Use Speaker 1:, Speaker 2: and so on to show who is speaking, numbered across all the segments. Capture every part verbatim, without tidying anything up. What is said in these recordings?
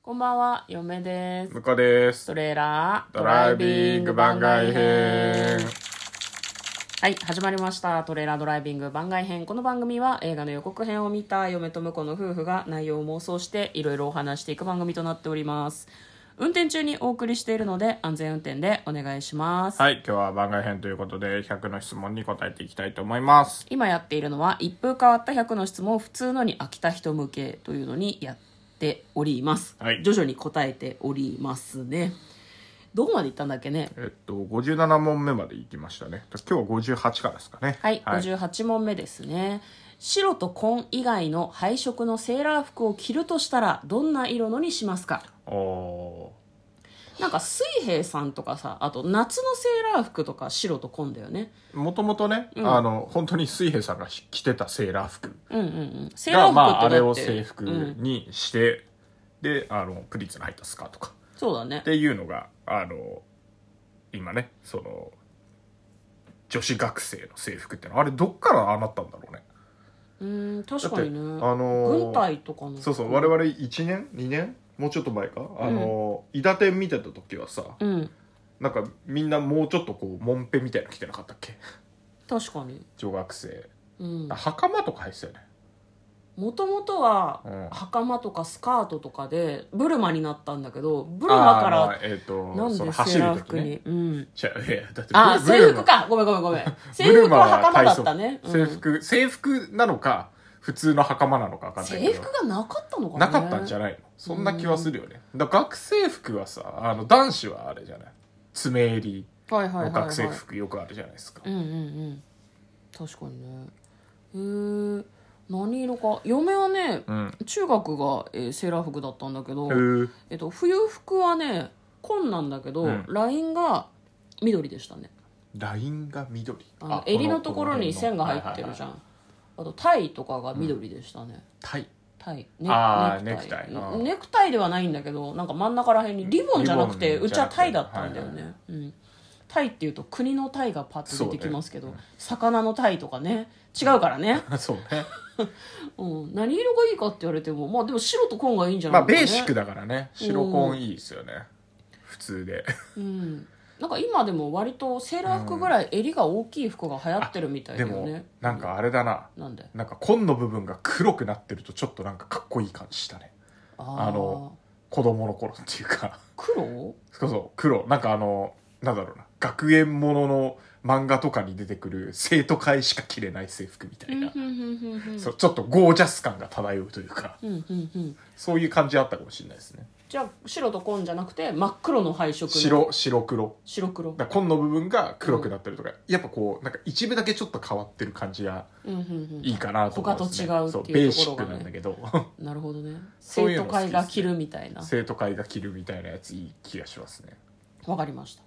Speaker 1: こんばんは、嫁です。
Speaker 2: 向こうです。
Speaker 1: トレーラー
Speaker 2: ドライビング番外編。
Speaker 1: はい、始まりました。トレーラードライビング番外編。この番組は映画の予告編を見た嫁と婿の夫婦が内容を妄想していろいろお話していく番組となっております。運転中にお送りしているので安全運転でお願いします。
Speaker 2: はい、今日は番外編ということでひゃくの質問に答えていきたいと思います。
Speaker 1: 今やっているのは一風変わったひゃくの質問を普通のに飽きた人向けというのにやっております、
Speaker 2: はい、
Speaker 1: 徐々に答えておりますね。どこまでいったんだっけね。
Speaker 2: えっとごじゅうななもんめまでいきましたね。今日はごじゅうはちからですかね。
Speaker 1: はい、はい、ごじゅうはちもんめですね。白と紺以外の配色のセーラー服を着るとしたらどんな色のにしますか。
Speaker 2: おー、
Speaker 1: なんか水平さんとかさ、あと夏のセーラー服とか白と紺だよね。
Speaker 2: もともとね、うん、あの本当に水平さんが着てたセーラー服
Speaker 1: うんうんうんセーラー服って
Speaker 2: まああれを制服にして、うん、であのプリッツの入ったスカートか
Speaker 1: そうだね
Speaker 2: っていうのがあの今ねその女子学生の制服ってのあれどっからああなったんだろうね。
Speaker 1: うん確かにね、
Speaker 2: あのー、
Speaker 1: 軍隊とかの
Speaker 2: そうそう我々いちねんにねんもうちょっと前か、あの伊達天見てた時はさ、
Speaker 1: うん、
Speaker 2: なんかみんなもうちょっとこうモンペみたいなの着てなかったっけ。
Speaker 1: 確かに
Speaker 2: 女学生、
Speaker 1: うん、
Speaker 2: 袴とか入ってたよね。
Speaker 1: もともとは、うん、袴とかスカートとかでブルマになったんだけどブルマから、
Speaker 2: まあえー、と
Speaker 1: なんでセーラー服に、ね、うん、
Speaker 2: じゃあ、えだって
Speaker 1: あ制服かごめんごめんごめん制服は袴だったね、
Speaker 2: うん、制服制服なのか普通の袴なのか分かんないけど
Speaker 1: 制服がなかったのかな、
Speaker 2: ね、なかったんじゃないの。そんな気はするよね。だ学生服はさあの男子はあれじゃない爪襟の学生服よくあるじゃないですか。
Speaker 1: うんうんうん確かにね。へえ何色か嫁はね、うん、中学が、えー、セーラー服だったんだけど、えっと、冬服はね紺なんだけど、うん、ラインが緑でしたね。
Speaker 2: ラインが緑、
Speaker 1: あの襟のところに線が入ってるじゃん、はいはいはい、あとタイとかが緑でしたね、うん、
Speaker 2: タイ
Speaker 1: タイネ
Speaker 2: あ
Speaker 1: ネクタイ
Speaker 2: ネクタイ
Speaker 1: ネクタイではないんだけどなんか真ん中ら辺にリボンじゃなくてうちはタイだったんだよね、はいはいうん、タイっていうと国のタイがパッと出てきますけど、ねうん、魚のタイとかね違うからね
Speaker 2: そうね、
Speaker 1: うん、何色がいいかって言われてもまあでも白と紺がいいんじゃないか、ね、
Speaker 2: まあベーシックだからね白紺いいですよね、うん、普通で、
Speaker 1: うんなんか今でも割とセーラー服ぐらい襟が大きい服が流行ってるみたいだよね、うん、
Speaker 2: でもなんかあれだな、
Speaker 1: うん、なんで
Speaker 2: なんか紺の部分が黒くなってるとちょっとなんかかっこいい感じしたね。あの子供の頃っていうか
Speaker 1: 黒
Speaker 2: そうそう黒なんかあのなんだろうな学園ものの漫画とかに出てくる生徒会しか着れない制服みたいなそうちょっとゴージャス感が漂うというか、うんうんうん、そういう感じあったかもしれないですね。
Speaker 1: じゃあ白と紺じゃなくて真っ黒の配色の
Speaker 2: 白白黒
Speaker 1: 白黒
Speaker 2: だ紺の部分が黒くなってるとか、うん、やっぱこうなんか一部だけちょっと変わってる感じがいいかなと思いますね、
Speaker 1: 他と違うっていうところが、ね、
Speaker 2: ベーシックなんだけど
Speaker 1: なるほどね生徒会が着るみたいな
Speaker 2: 生徒会が着るみたいなやついい気がしますね。
Speaker 1: わかりました、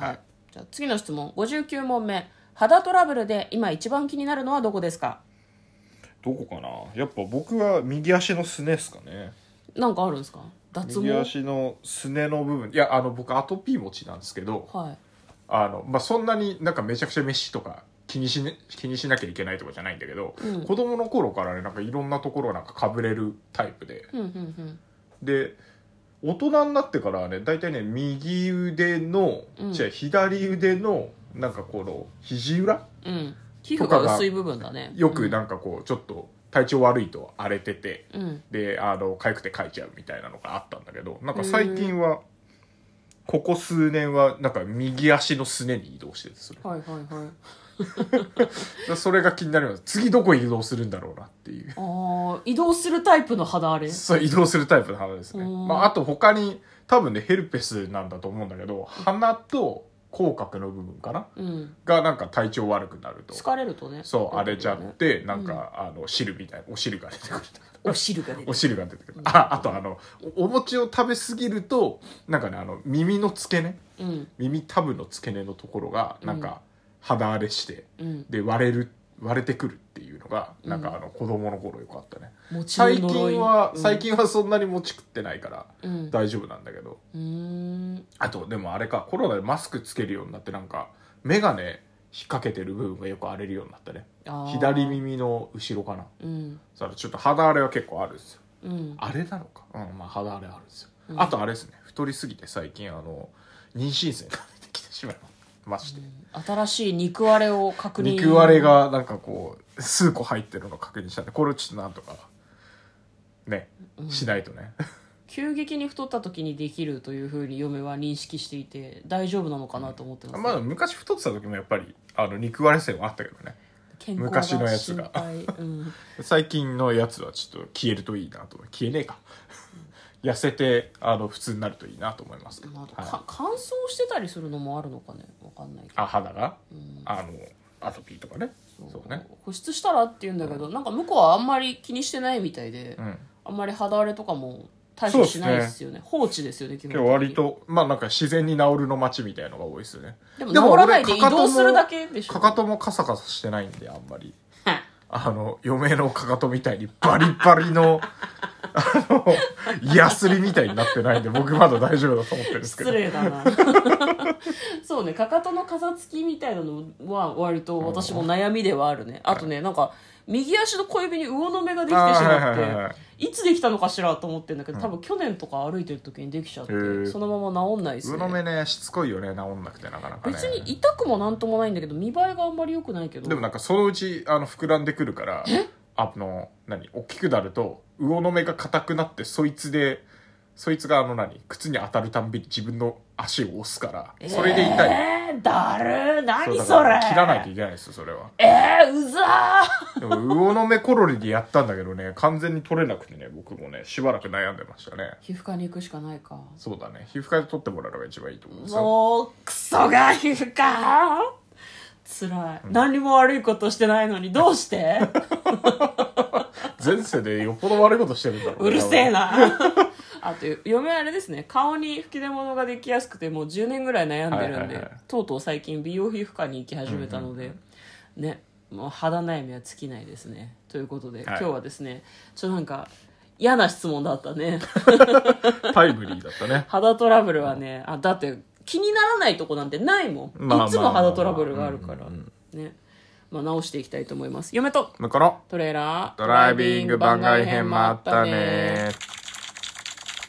Speaker 2: はい、
Speaker 1: じゃあ次の質問ごじゅうきゅうもんめ肌トラブルで今一番気になるのはどこですか。
Speaker 2: どこかなやっぱ僕は右足のすねですかね。
Speaker 1: なんかあるんですか脱毛。
Speaker 2: 右足のすねの部分いやあの僕アトピー持ちなんですけど、
Speaker 1: はい
Speaker 2: あのまあ、そんなになんかめちゃくちゃ飯とか気にし、ね、気にしなきゃいけないとかじゃないんだけど、うん、子供の頃からねなんかいろんなところなんかかぶれるタイプで、
Speaker 1: うんうんうん、で
Speaker 2: 大人になってからはね大体ね右腕の、うん、違う左腕のなんかこの肘裏、
Speaker 1: うん、皮膚が薄い部分だね
Speaker 2: よくなんかこうちょっと体調悪いと荒れてて、
Speaker 1: うん、
Speaker 2: であの痒くてかいちゃうみたいなのがあったんだけどなんか最近はここ数年はなんか右足のすねに移動してする、
Speaker 1: はいはいはい
Speaker 2: それが気になります。次どこ移動するんだろうなっていう。
Speaker 1: あ移動するタイプの肌荒れ。
Speaker 2: そう移動するタイプの肌ですね、まあ、あと他に多分ねヘルペスなんだと思うんだけど鼻と口角の部分かな、
Speaker 1: うん、
Speaker 2: がなんか体調悪くなると
Speaker 1: 疲れるとね
Speaker 2: そう荒れちゃってなんか、うん、あの汁みたいなお汁が出てくる
Speaker 1: お汁が出てくる
Speaker 2: お汁が出てくるああとあの お, お餅を食べ過ぎるとなんかねあの耳の付け根、うん、耳たぶの付け根のところがなんか肌荒れして、うん、で割れる割れてくるっていうのがなんかあの子供の頃よくあったね、うん、最近は、うん、最近はそんなに餅食ってないから大丈夫なんだけど、
Speaker 1: うん、
Speaker 2: あとでもあれかコロナでマスクつけるようになってなんか眼鏡引っ掛けてる部分がよく荒れるようになったね。左耳の後ろかな、
Speaker 1: うん、
Speaker 2: それちょっと肌荒れは結構あるんですよ。
Speaker 1: うん、
Speaker 2: あれなのか、うん、まあ肌荒れあるんですよ、
Speaker 1: うん、
Speaker 2: あとあれですね、太りすぎて最近あの妊娠線が出てきてしまいまして、
Speaker 1: うん、新しい肉割れを確認
Speaker 2: 肉割れがなんかこう数個入ってるのを確認したんで、これをちょっとなんとかね、うん、しないとね
Speaker 1: 急激に太った時にできるというふうに嫁は認識していて大丈夫なのかなと思ってます、ね、
Speaker 2: まあ昔太ってた時もやっぱりあの肉割れ線はあったけどね、昔のやつが、うん、最近のやつはちょっと消えるといいなと。消えねえか痩せてあの普通になるといいなと思いますけど、
Speaker 1: まあ、はい、乾燥してたりするのもあるのかね、分かんないけど、
Speaker 2: あ肌が、うん、あのアトピーとかね、
Speaker 1: そう
Speaker 2: そうね、
Speaker 1: 保湿したらって言うんだけど、うん、なんか向こうはあんまり気にしてないみたいで、うん、あんまり肌荒れとかも対処しないですよ ね, ね放置ですよね基本的に。
Speaker 2: 割とまあなんか自然に治るの街みたいのが多いですよね。
Speaker 1: でも治らないで移動するだけでしょ。
Speaker 2: かかともカサカサしてないんであんまりあの嫁のかかとみたいにバリバリのあのヤスリみたいになってないんで僕まだ大丈夫だと思ってるんですけど。
Speaker 1: 失礼だなそうね、かかとのかさつきみたいなのは割と私も悩みではあるね。あとね、なんか右足の小指に魚の目ができてしまって、はいはいはいはい、いつできたのかしらと思ってるんだけど、多分去年とか歩いてる時にできちゃって、うん、そのまま治んないですね。
Speaker 2: 魚の目ね、しつこいよね、治んなくてなかなかね。
Speaker 1: 別に痛くもなんともないんだけど見栄えがあんまり良くないけど、
Speaker 2: でもなんかそのうちあの膨らんでくるから、あの何大きくなると魚の目が硬くなって、そいつでそいつがあの何靴に当たるたんびに自分の足を押すから、それで痛い。
Speaker 1: えー、だるー、何それ。
Speaker 2: 切らないといけないですよそれは。
Speaker 1: えー、うざ
Speaker 2: ー。でも魚の目コロリでやったんだけどね、完全に取れなくてね、僕もねしばらく悩んでましたね。
Speaker 1: 皮膚科に行くしかないか。
Speaker 2: そうだね、皮膚科で取ってもらうのが一番いいと思うんですよ。
Speaker 1: もうクソが皮膚科つらい、うん、何も悪いことしてないのにどうして
Speaker 2: 前世でよっぽど悪いことしてるんだろうね。
Speaker 1: うるせえなあと嫁はあれですね、顔に吹き出物ができやすくてもうじゅうねんぐらい悩んでるんで、はいはいはい、とうとう最近美容皮膚科に行き始めたので、うんうんうん、ね、もう肌悩みは尽きないですね。ということで、はい、今日はですね、ちょっとなんか嫌な質問だったね
Speaker 2: タイムリーだったね。
Speaker 1: 肌トラブルはね、あ、だって気にならないとこなんてないもん、まあ、いつも肌トラブルがあるから、うんうん、ね、まあ、直していきたいと思います。嫁と
Speaker 2: 向こうの
Speaker 1: トレーラー
Speaker 2: ドライビング番外編もあったね。